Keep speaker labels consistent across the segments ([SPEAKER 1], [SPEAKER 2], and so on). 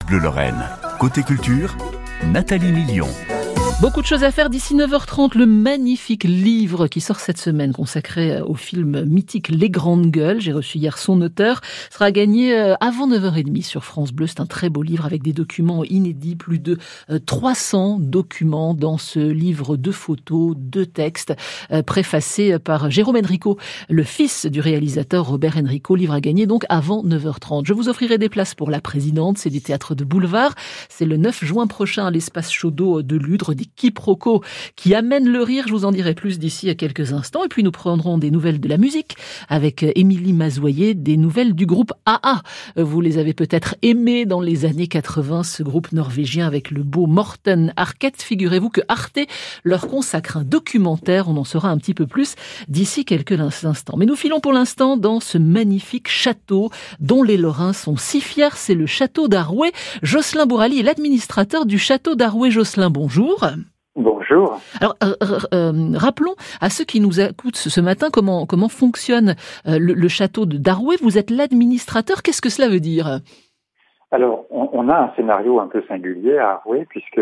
[SPEAKER 1] Bleu Lorraine. Côté culture, Nathalie Million.
[SPEAKER 2] Beaucoup de choses à faire d'ici 9h30. Le magnifique livre qui sort cette semaine consacré au film mythique Les Grandes Gueules. J'ai reçu hier son auteur. Sera à gagner avant 9h30 sur France Bleu. C'est un très beau livre avec des documents inédits. Plus de 300 documents dans ce livre de photos, de textes, préfacé par Jérôme Enrico, le fils du réalisateur Robert Enrico. Livre à gagner donc avant 9h30. Je vous offrirai des places pour La Présidente. C'est du théâtre de boulevard. C'est le 9 juin prochain à l'espace Chaudot de Ludre. Des quiproquos qui amènent le rire. Je vous en dirai plus d'ici à quelques instants. Et puis nous prendrons des nouvelles de la musique avec Émilie Mazoyer, des nouvelles du groupe AA. Vous les avez peut-être aimés dans les années 80, ce groupe norvégien avec le beau Morten Harket. Figurez-vous que Arte leur consacre un documentaire. On en saura un petit peu plus d'ici quelques instants. Mais nous filons pour l'instant dans ce magnifique château dont les Lorrains sont si fiers. C'est le château d'Arouet. Jocelyn Bourali est l'administrateur du château d'Arouet. Jocelyn, bonjour.
[SPEAKER 3] Bonjour.
[SPEAKER 2] Alors, rappelons à ceux qui nous écoutent ce matin comment fonctionne le château d'Arouet. Vous êtes l'administrateur. Qu'est-ce que cela veut dire ?
[SPEAKER 3] Alors, on a un scénario un peu singulier à Arouet puisque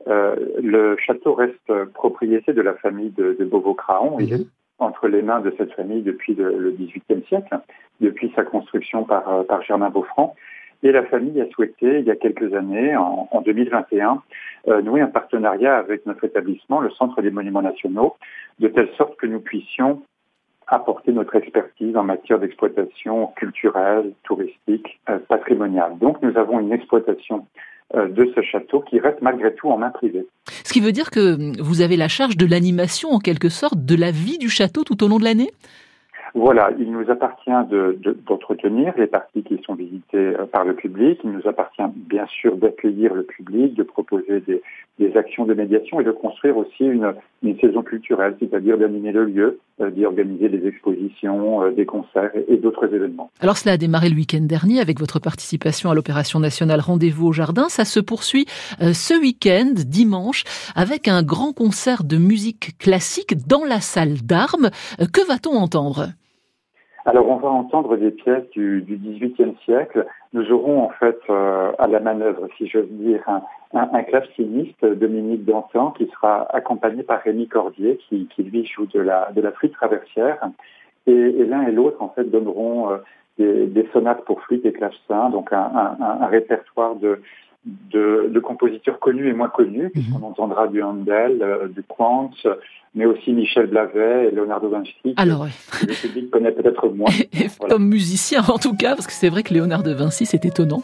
[SPEAKER 3] le château reste propriété de la famille de Beauvau-Craon. Il est entre les mains de cette famille depuis le XVIIIe siècle, depuis sa construction par Germain Beaufranc. Et la famille a souhaité, il y a quelques années, en 2021, nouer un partenariat avec notre établissement, le Centre des Monuments Nationaux, de telle sorte que nous puissions apporter notre expertise en matière d'exploitation culturelle, touristique, patrimoniale. Donc nous avons une exploitation de ce château qui reste malgré tout en main privée.
[SPEAKER 2] Ce qui veut dire que vous avez la charge de l'animation, en quelque sorte, de la vie du château tout au long de l'année ?
[SPEAKER 3] Voilà, il nous appartient d'entretenir les parties qui sont visitées par le public. Il nous appartient bien sûr d'accueillir le public, de proposer des actions de médiation et de construire aussi une saison culturelle, c'est-à-dire d'animer le lieu, d'y organiser des expositions, des concerts et d'autres événements.
[SPEAKER 2] Alors cela a démarré le week-end dernier avec votre participation à l'opération nationale Rendez-vous au Jardin. Ça se poursuit ce week-end, dimanche, avec un grand concert de musique classique dans la salle d'Armes. Que va-t-on entendre ?
[SPEAKER 3] Alors, on va entendre des pièces du XVIIIe siècle. Nous aurons en fait à la manœuvre, si j'ose dire, un claveciniste, Dominique Dantan, qui sera accompagné par Rémi Cordier, qui lui joue de la flûte traversière. Et l'un et l'autre, en fait, donneront des sonates pour flûte et clavecin, donc un répertoire de compositeurs connus et moins connus, puisqu'on entendra du Handel, du Quantz, mais aussi Michel Blavet et Leonardo Vinci.
[SPEAKER 2] Alors, oui.
[SPEAKER 3] Le public connaît peut-être moins.
[SPEAKER 2] Voilà. Comme musicien, en tout cas, parce que c'est vrai que Léonard de Vinci, c'est étonnant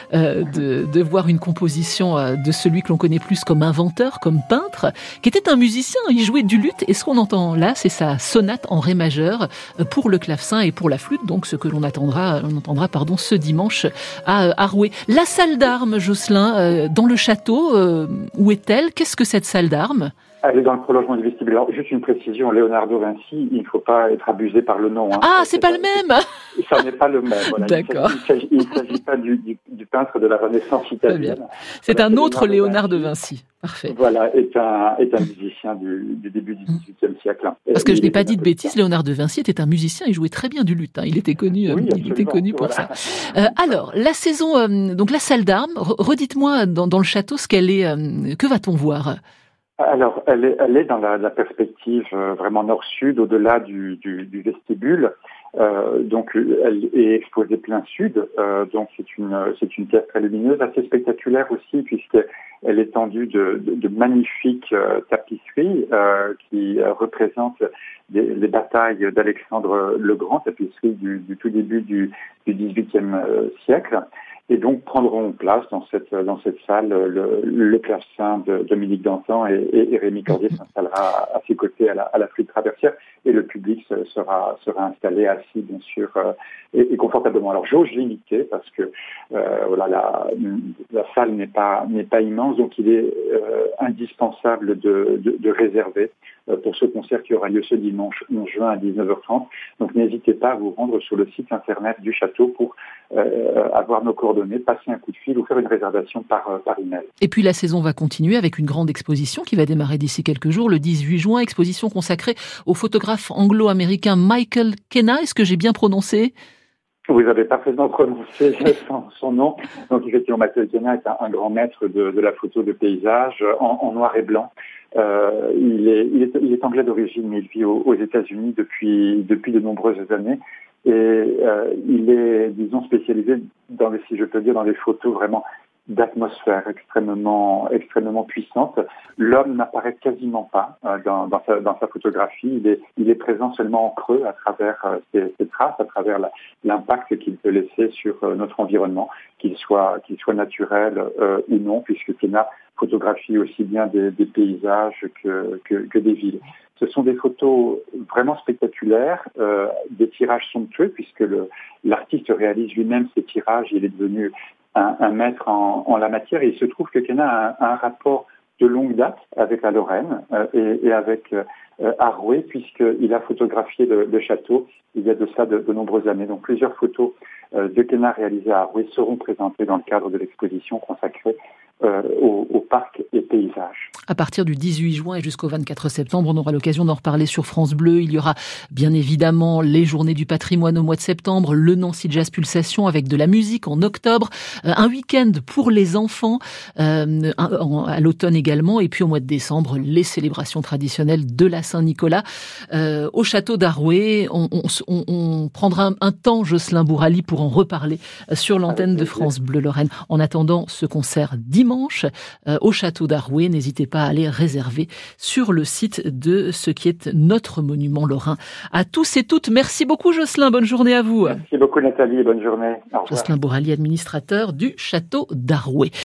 [SPEAKER 2] de voir une composition de celui que l'on connaît plus comme inventeur, comme peintre, qui était un musicien. Il jouait du luth, et ce qu'on entend là, c'est sa sonate en ré majeur pour le clavecin et pour la flûte, donc ce que l'on entendra ce dimanche à Arouet. La salle d'Armes, Jocelyn, dans le château, où est-elle ? Qu'est-ce que cette salle d'Armes ?
[SPEAKER 3] Elle est dans le prolongement du vestibule. Alors, juste une précision, Leonardo Vinci, il ne faut pas être abusé par le nom.
[SPEAKER 2] Ah, c'est pas le même.
[SPEAKER 3] Ça n'est pas le même. Voilà.
[SPEAKER 2] D'accord.
[SPEAKER 3] Il ne s'agit pas du peintre de la Renaissance italienne.
[SPEAKER 2] C'est un autre Léonard de Vinci. Parfait.
[SPEAKER 3] Voilà, est un musicien du début du XVIIIe siècle.
[SPEAKER 2] Parce que je n'ai pas dit de bêtises, Léonard de Vinci était un musicien, il jouait très bien du luth. Il était connu, pour ça. Alors, la saison, donc la salle d'Armes, redites-moi dans le château ce qu'elle est, que va-t-on voir ?
[SPEAKER 3] Alors, elle est dans la perspective vraiment nord-sud, au-delà du vestibule. Donc, elle est exposée plein sud. Donc, c'est une pièce très lumineuse, assez spectaculaire aussi, puisqu'elle est tendue de magnifiques tapisseries qui représentent les batailles d'Alexandre le Grand, tapisseries du tout début du XVIIIe siècle. Et donc prendront place dans cette salle le clavecin de Dominique Dantan et Rémi Cordier s'installera à ses côtés à la flûte traversière et le public sera installé assis bien sûr et confortablement. Alors jauge limitée parce que la salle n'est pas immense, donc il est indispensable de réserver pour ce concert qui aura lieu ce dimanche 11 juin à 19h30. Donc n'hésitez pas à vous rendre sur le site internet du château pour avoir nos coordonnées, passer un coup de fil ou faire une réservation par email.
[SPEAKER 2] Et puis la saison va continuer avec une grande exposition qui va démarrer d'ici quelques jours, le 18 juin, exposition consacrée au photographe anglo-américain Michael Kenna. Est-ce que j'ai bien prononcé ?
[SPEAKER 3] Vous avez parfaitement prononcé son nom. Donc effectivement, Mathieu Guéna est un grand maître de la photo de paysage en noir et blanc. Il est anglais d'origine, mais il vit aux États-Unis depuis de nombreuses années. Et il est, disons, spécialisé si je peux dire, dans les photos vraiment d'atmosphère extrêmement puissante. L'homme n'apparaît quasiment pas dans sa photographie. Il est présent seulement en creux à travers ses traces, à travers l'impact qu'il peut laisser sur notre environnement, qu'il soit naturel ou non, puisque Guéna photographie aussi bien des paysages que des villes. Ce sont des photos vraiment spectaculaires, des tirages somptueux, puisque l'artiste réalise lui-même ses tirages. Il est devenu un maître en la matière, et il se trouve que Guéna a un rapport de longue date avec la Lorraine et avec Arouet, puisqu'il a photographié le château il y a de ça de nombreuses années. Donc plusieurs photos de Guéna réalisées à Arouet seront présentées dans le cadre de l'exposition consacrée au parc et paysages.
[SPEAKER 2] À partir du 18 juin et jusqu'au 24 septembre, on aura l'occasion d'en reparler sur France Bleu. Il y aura bien évidemment les Journées du patrimoine au mois de septembre, le Nancy Jazz Pulsation avec de la musique en octobre, un week-end pour les enfants à l'automne également, et puis au mois de décembre, les célébrations traditionnelles de la Saint-Nicolas. Au château d'Arouet, on prendra un temps, Jocelyn Bourali, pour en reparler sur l'antenne de France Bleu Lorraine. En attendant ce concert dimanche au château d'Arouet, n'hésitez pas à aller réserver sur le site de ce qui est notre monument lorrain. À tous et toutes, merci beaucoup Jocelyn, bonne journée à vous.
[SPEAKER 3] Merci beaucoup Nathalie, bonne journée. Au revoir.
[SPEAKER 2] Jocelyn Bourali, administrateur du château d'Arouet.